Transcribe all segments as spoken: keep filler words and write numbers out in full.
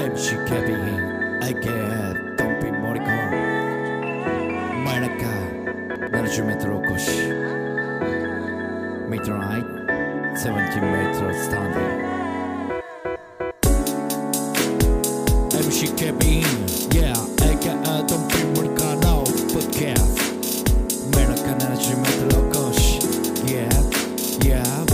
エムシー ケビン I get ドンピンモリコン真夜中ななじゅうメートル越しミッドナイトセブンティーンメートルスタンディング エムシー ケビン Yeah I get ドンピンモリコンのポッドキャスト真夜中ななじゅうメートル越し Yeah Yeah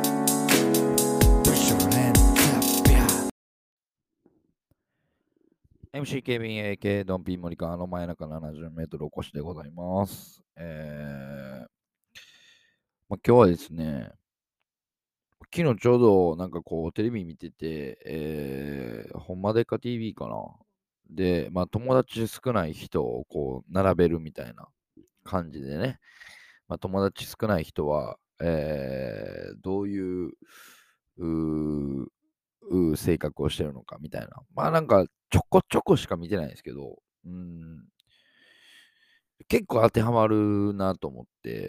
エムシー ケビン エーケー ドンピーモリカーの真夜中ななじゅうメートルお越しでございます。えーまあ、今日はですね、昨日ちょうどなんかこうテレビ見てて、えー、ほんまでっか ティーブイ かな。で、まあ友達少ない人をこう並べるみたいな感じでね、まあ、友達少ない人は、えー、どういううーうー性格をしてるのかみたいな。まあなんかちょこちょこしか見てないんですけど、うーん、結構当てはまるなと思って、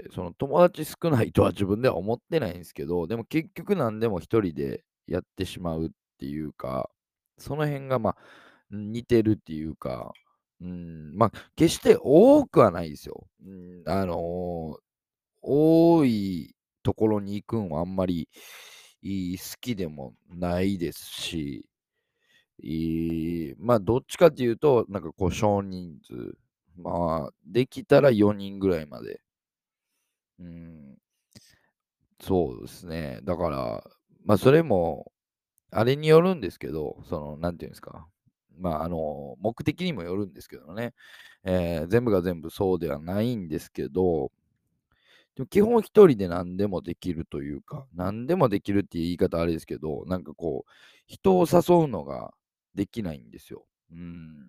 その友達少ないとは自分では思ってないんですけど、でも結局何でも一人でやってしまうっていうか、その辺がまあ似てるっていうか、うん、まあ決して多くはないですよ。うん、あのー多いところに行くんはあんまりいい好きでもないですし、いいまあ、どっちかっていうと、なんかこう少人数、まあ、できたらよにんぐらいまで。うん、そうですね。だから、まあ、それも、あれによるんですけど、その、なんていうんですか。まあ、あの、目的にもよるんですけどね。えー全部が全部そうではないんですけど、でも基本一人で何でもできるというか、何でもできるっていう言い方あれですけど、なんかこう、人を誘うのができないんですよ。うん。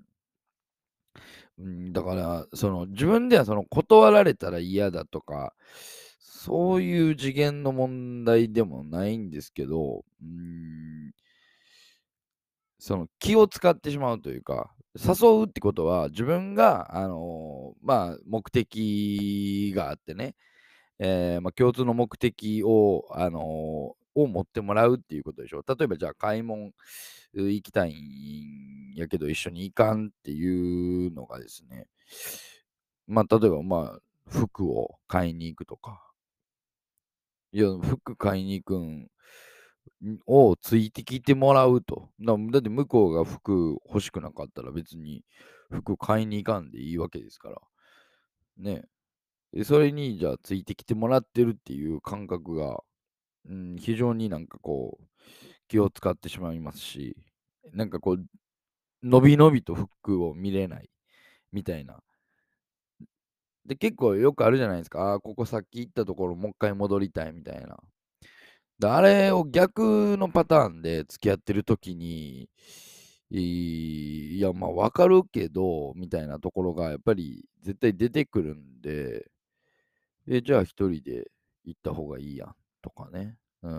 うん、だから、その自分ではその断られたら嫌だとか、そういう次元の問題でもないんですけど、うーん、その気を使ってしまうというか、誘うってことは自分が、あの、まあ、目的があってね、ええ、まあ、共通の目的を、あの、を持ってもらうっていうことでしょ。例えばじゃあ買い物う行きたいんやけど一緒に行かんっていうのがですね、まあ、例えば、まあ、服を買いに行くとか、いや、服買いに行くんをついてきてもらうと。だだって向こうが服欲しくなかったら別に服買いに行かんでいいわけですから。ね。で、それにじゃあついてきてもらってるっていう感覚が、うん、非常になんかこう、気を使ってしまいますし、なんかこう、のびのびと服を見れないみたいな。で、結構よくあるじゃないですか。ああ、ここさっき行ったところもう一回戻りたいみたいな。で、あれを逆のパターンで付き合ってる時に、いいや、まあ、わかるけど、みたいなところがやっぱり絶対出てくるんで、え、じゃあ一人で行った方がいいやんとかね。うん。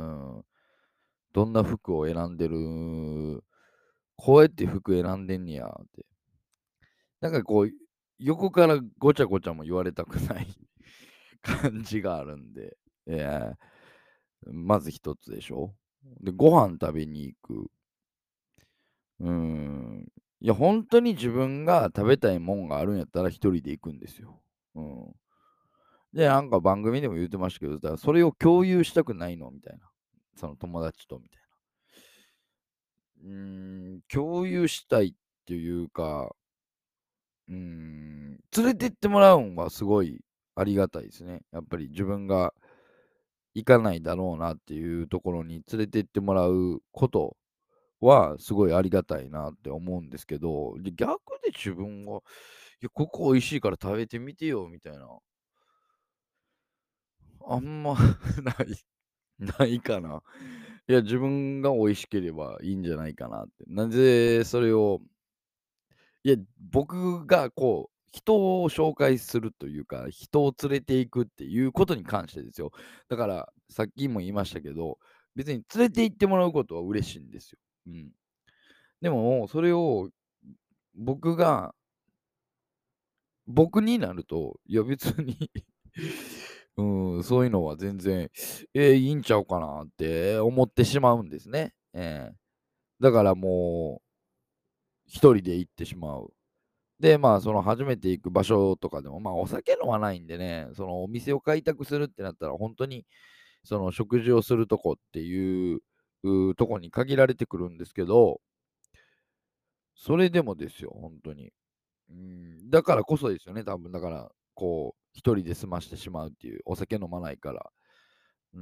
どんな服を選んでる、こうやって服選んでんねやって。なんかこう、横からごちゃごちゃも言われたくない感じがあるんで、ええ、まず一つでしょ。で、ご飯食べに行く。うーん。いや、ほんとに自分が食べたいもんがあるんやったら一人で行くんですよ。うん。で、なんか番組でも言ってましたけど、だからそれを共有したくないのみたいな。その友達とみたいな。うーん、共有したいっていうか、うーん、連れてってもらうんはすごいありがたいですね。やっぱり自分が行かないだろうなっていうところに連れてってもらうことはすごいありがたいなって思うんですけど、で、逆で自分が、いや、ここ美味しいから食べてみてよみたいな、あんまない、ないかな。いや、自分が美味しければいいんじゃないかなって。なぜそれを、いや、僕がこう、人を紹介するというか、人を連れて行くっていうことに関してですよ。だから、さっきも言いましたけど、別に連れて行ってもらうことは嬉しいんですよ。うん。でも、それを僕が僕になると、いや別にうん、そういうのは全然、えーいいんちゃうかなって思ってしまうんですね。ええ。だからもう一人で行ってしまう。で、まあ、その初めて行く場所とかでも、まあ、お酒飲まないんでね、そのお店を開拓するってなったら、ほんとにその食事をするとこっていう、うとこに限られてくるんですけど、それでもですよ、ほんとに。うーん、だからこそですよね、多分だから、こう、一人で済ましてしまうっていう、お酒飲まないから。うん。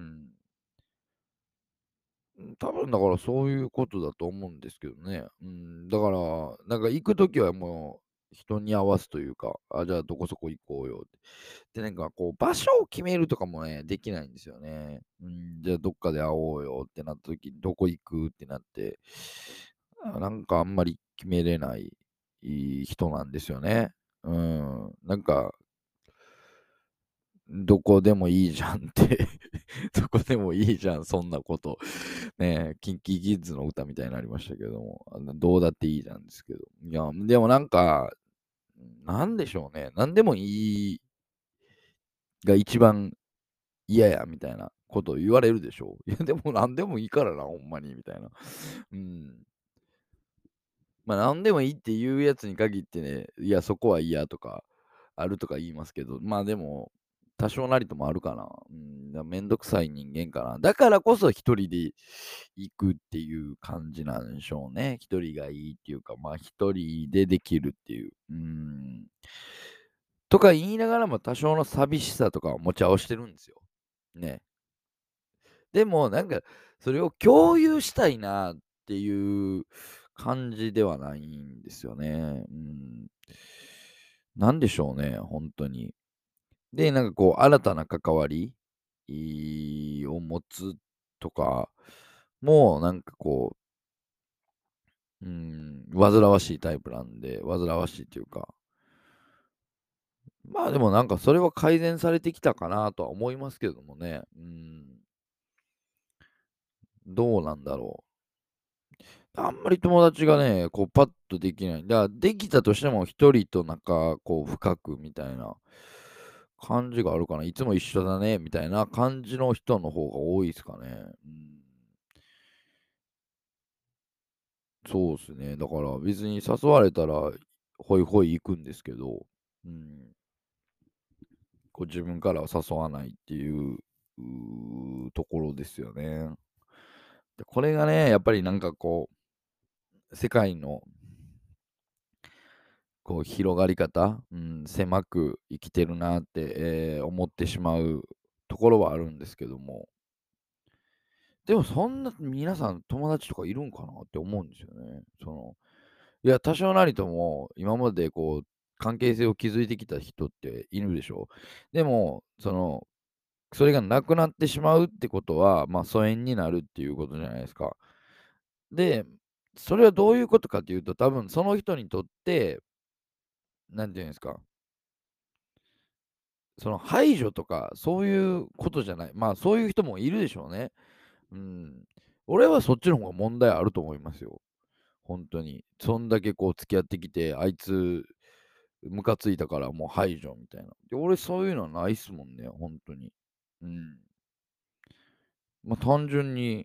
うん、多分だからそういうことだと思うんですけどね。うん、だから、なんか行くときはもう人に合わすというか、あ、じゃあどこそこ行こうよって。で、なんかこう場所を決めるとかもね、できないんですよね。うん、じゃあどっかで会おうよってなったときにどこ行くってなって、あ、なんかあんまり決めれない人なんですよね。うん、なんかどこでもいいじゃんってどこでもいいじゃん、そんなこと。ねえ、キンキキッズの歌みたいになりましたけども、あの、どうだっていいじゃんですけど。いや、でもなんか、なんでしょうね、なんでもいいが一番嫌やみたいなことを言われるでしょう。いや、でもなんでもいいからな、ほんまにみたいな。うん。まあ、なんでもいいっていうやつに限ってね、いや、そこは嫌とか、あるとか言いますけど、まあでも、多少なりともあるかな。うん、だめんどくさい人間かな。だからこそ一人で行くっていう感じなんでしょうね。一人がいいっていうか、まあ一人でできるっていう。うん。とか言いながらも多少の寂しさとかを持ち合わしてるんですよ。ね。でも、なんか、それを共有したいなっていう感じではないんですよね。うん。なんでしょうね、ほんとに。で、なんかこう、新たな関わりいを持つとかも、なんかこう、うーん、煩わしいタイプなんで、煩わしいというか、まあ、でもなんかそれは改善されてきたかなとは思いますけどもね。うん、どうなんだろう。あんまり友達がね、こうパッとできない。だからできたとしても一人となんかこう深くみたいな感じがあるかな。いつも一緒だねみたいな感じの人の方が多いですかね。うん、そうですね。だから別に誘われたらホイホイ行くんですけど、うん、こう自分からは誘わないっていう、うーところですよね。で、これがね、やっぱりなんかこう、世界のこう広がり方、うん、狭く生きてるなって、えー思ってしまうところはあるんですけども、でもそんな皆さん友達とかいるんかなって思うんですよね。その、いや、多少なりとも今までこう関係性を築いてきた人っているでしょ。でも、その、それがなくなってしまうってことは、まあ疎遠になるっていうことじゃないですか。で、それはどういうことかというと、多分その人にとって、なんていうんですか、その排除とか、そういうことじゃない。まあ、そういう人もいるでしょうね。うん。俺はそっちの方が問題あると思いますよ。ほんとに。そんだけこう付き合ってきて、あいつムカついたからもう排除みたいな。で、俺そういうのはないっすもんね、ほんとに。うん。ま、単純に、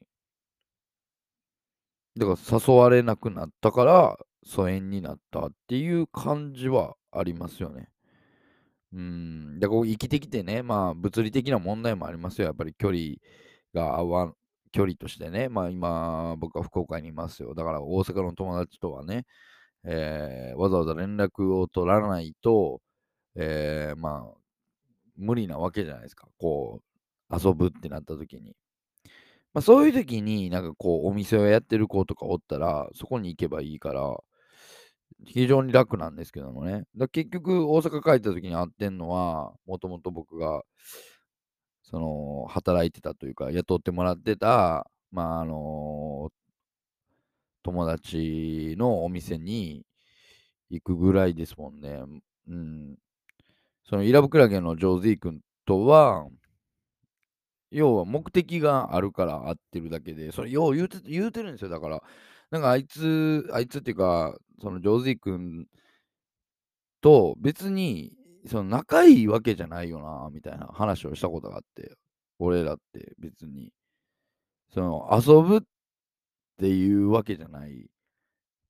だから誘われなくなったから、疎遠になったっていう感じはありますよね。うーん、だ、こう生きてきてね、まあ、物理的な問題もありますよ。やっぱり距離が合わん距離としてね、まあ、今、僕は福岡にいますよ。だから大阪の友達とはね、えーわざわざ連絡を取らないと、えーまあ、無理なわけじゃないですか。こう、遊ぶってなった時に。まあ、そういう時に、なんかこう、お店をやってる子とかおったら、そこに行けばいいから、非常に楽なんですけどもね。だ結局、大阪帰った時に会ってんのは、もともと僕が、その、働いてたというか、雇ってもらってた、まあ、あの、友達のお店に行くぐらいですもんね。うん。そのイラブクラゲのジョーズイ君とは、要は目的があるから会ってるだけで、それよう言うて言うてるんですよ、だから。なんかあいつあいつっていうか、そのジョーズイ君と別に、その仲いいわけじゃないよな、みたいな話をしたことがあって、俺らって別に、その遊ぶっていうわけじゃない。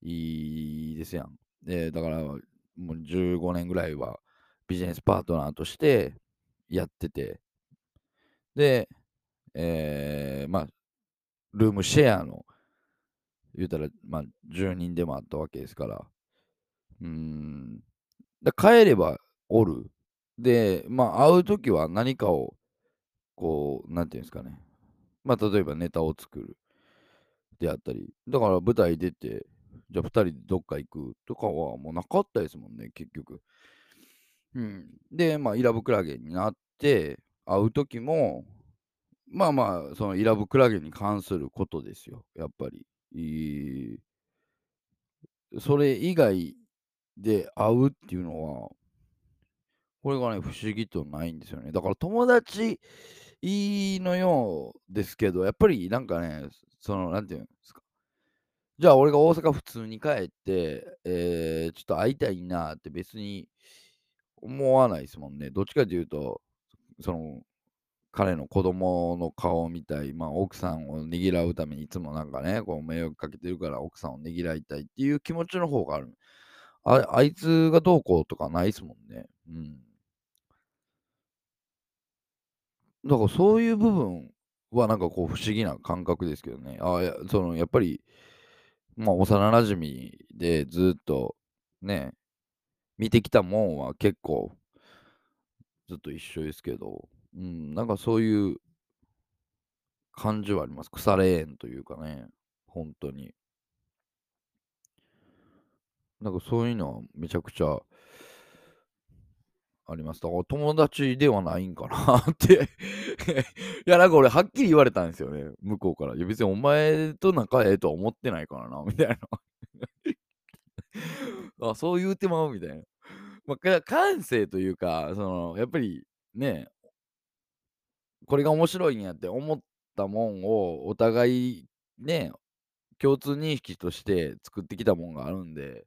いですやん。で、だから、もうじゅうごねんぐらいはビジネスパートナーとしてやってて、で、ええ、まあ、ルームシェアの言うたら、まあ、住人でもあったわけですから。うーん。だ、帰ればおる。で、まあ、会う時は何かをこう、なんていうんですかね、まあ、例えばネタを作るであったり、だから舞台出て、じゃあふたりでどっか行くとかはもうなかったですもんね、結局。うん。で、まあ、イラブクラゲになって、会う時も、まあまあ、そのイラブクラゲに関することですよ、やっぱり。いそれ以外で会うっていうのは、これがね、不思議とないんですよね。だから友達のようですけど、やっぱりなんかね、その、なんていうんですか、じゃあ俺が大阪普通に帰って、えーちょっと会いたいなって別に思わないですもんね。どっちかというと、その、彼の子供の顔を見たい、まあ、奥さんをねぎらうためにいつもなんかね、こう迷惑かけてるから奥さんをねぎらいたいっていう気持ちの方がある。ああいつがどうこうとかないですもんね。うん。だからそういう部分はなんかこう不思議な感覚ですけどね。ああ、やそのやっぱり、まあ、幼馴染でずっとね、見てきたもんは結構ずっと一緒ですけど、うん、なんかそういう感じはあります。腐れ縁というかね、本当に。なんかそういうのはめちゃくちゃあります。だから友達ではないんかなっていや、なんか俺はっきり言われたんですよね、向こうから。いや別にお前と仲ええとは思ってないからな、みたいな。あ、そう言うてまうみたいな。まあ、か感性というか、その、やっぱりね、これが面白いんやって思ったもんをお互いね、共通認識として作ってきたもんがあるんで、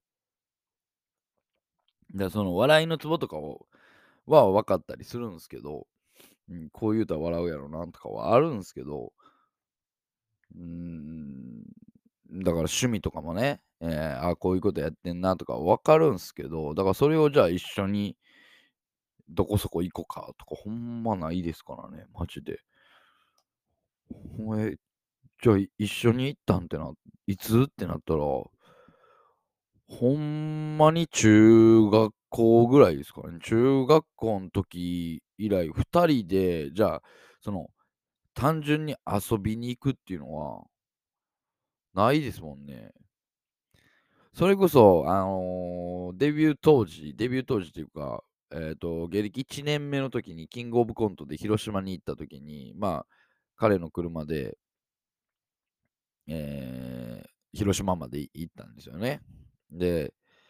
で、その笑いのツボとかをは分かったりするんすけど、うん、こう言うたら笑うやろなとかはあるんすけど、うーん、だから趣味とかもね、えーあ、こういうことやってんなとか分かるんすけど、だからそれをじゃあ一緒にどこそこ行こかとかほんまないですからね、マジで。ほえ、じゃあ一緒に行ったんってないつってなったら、ほんまに中学校ぐらいですかね。中学校の時以来、ふたりで、じゃあ、その、単純に遊びに行くっていうのはないですもんね。それこそ、あの、デビュー当時デビュー当時っていうか、えっと、芸歴いちねんめの時にキングオブコントで広島に行った時に、まあ、彼の車で、えー広島まで行ったんですよね。で、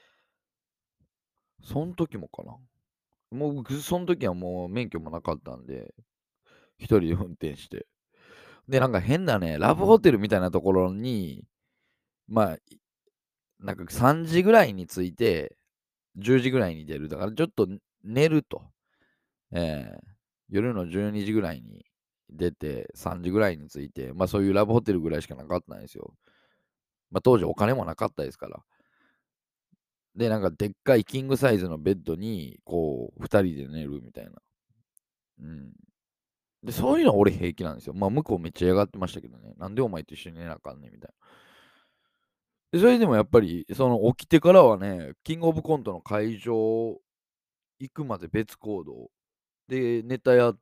そん時もかな。もう僕、そん時はもう免許もなかったんで、一人で運転して。で、なんか変なね、ラブホテルみたいなところに、まあ、いなんかさんじぐらいに着いて、じゅうじぐらいに出る。だからちょっと寝ると。ええ、夜のじゅうにじぐらいに出て、さんじぐらいに着いて、ま、そういうラブホテルぐらいしかなかったんですよ。ま、当時お金もなかったですから。で、なんかでっかいキングサイズのベッドに、こうふたりで寝るみたいな。うん。で、そういうのは俺平気なんですよ。ま、向こうめっちゃ嫌がってましたけどね。なんでお前と一緒に寝なあかんねんみたいな。で、それでもやっぱり、その起きてからはね、キングオブコントの会場行くまで別行動。で、ネタやって、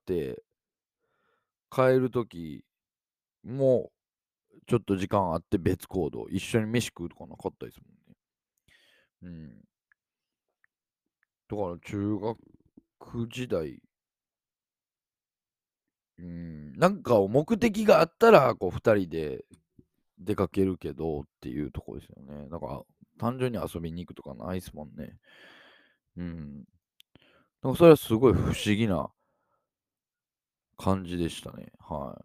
帰る時もちょっと時間あって別行動。一緒に飯食うとかなかったですもんね。うん。だから中学時代、うん、なんか目的があったら、こうふたりで出かけるけどっていうとこですよね。だから単純に遊びに行くとかないですもんね。うん。だからそれはすごい不思議な感じでしたね。はい。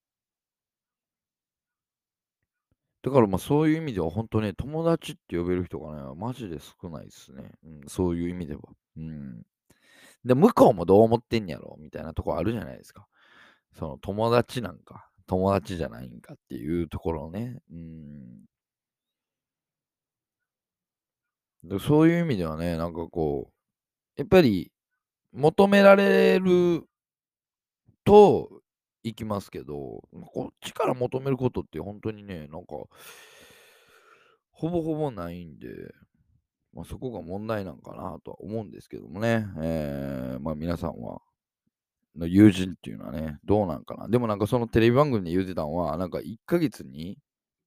だからまあそういう意味では本当ね、友達って呼べる人がね、マジで少ないですね。うん、そういう意味では。うん。で、向こうもどう思ってんやろみたいなとこあるじゃないですか。その友達なんか、友達じゃないんかっていうところをね。うん。 で、そういう意味ではね、なんかこう、やっぱり求められると行きますけど、ま、こっちから求めることってほんとにね、なんか、ほぼほぼないんで、ま、そこが問題なんかなとは思うんですけどもね。ええ、ま、皆さんはの友人っていうのはね、どうなんかな。でもなんかそのテレビ番組で言うてたんは、なんかいっかげつに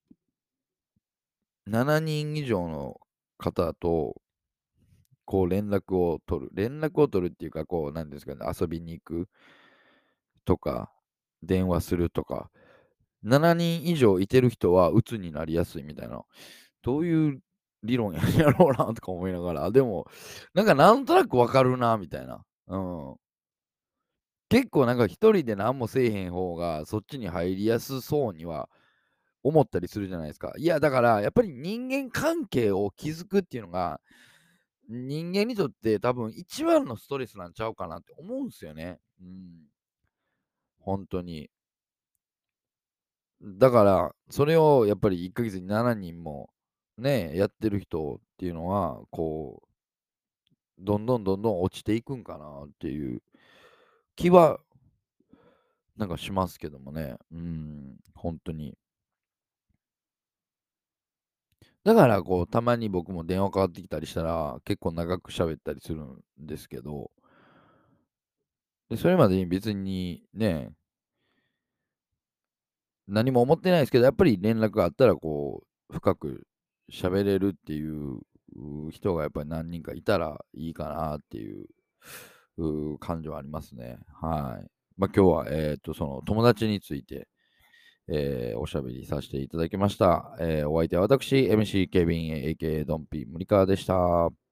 しちにん以上の方とこう連絡を取る。連絡を取るっていうか、こう、なんですかね、遊びに行くとか、電話するとか、しちにん以上いてる人は鬱になりやすいみたいな、どういう理論やんやろうなとか思いながら、でも、なんかなんとなくわかるなみたいな。うん。結構なんか一人で何もせえへん方が、そっちに入りやすそうには思ったりするじゃないですか。いや、だからやっぱり人間関係を築くっていうのが、人間にとって多分一番のストレスなんちゃうかなって思うんすよね。うん。ほんとに。だから、それをやっぱりいっかげつにしちにんもね、やってる人っていうのは、こう、どんどんどんどん落ちていくんかなっていう気は、なんかしますけどもね。うん、ほんとに。だからこう、たまに僕も電話かかってきたりしたら、結構長く喋ったりするんですけど、で、それまでに別にね、何も思ってないですけど、やっぱり連絡があったらこう、深く喋れるっていうう人がやっぱり何人かいたらいいかなっていう、う感情はありますね。はい。ま、今日はえっと、その友達について、えーおしゃべりさせていただきました。えーお相手は私、エムシー ケビン エーケー ドンピー森川でした。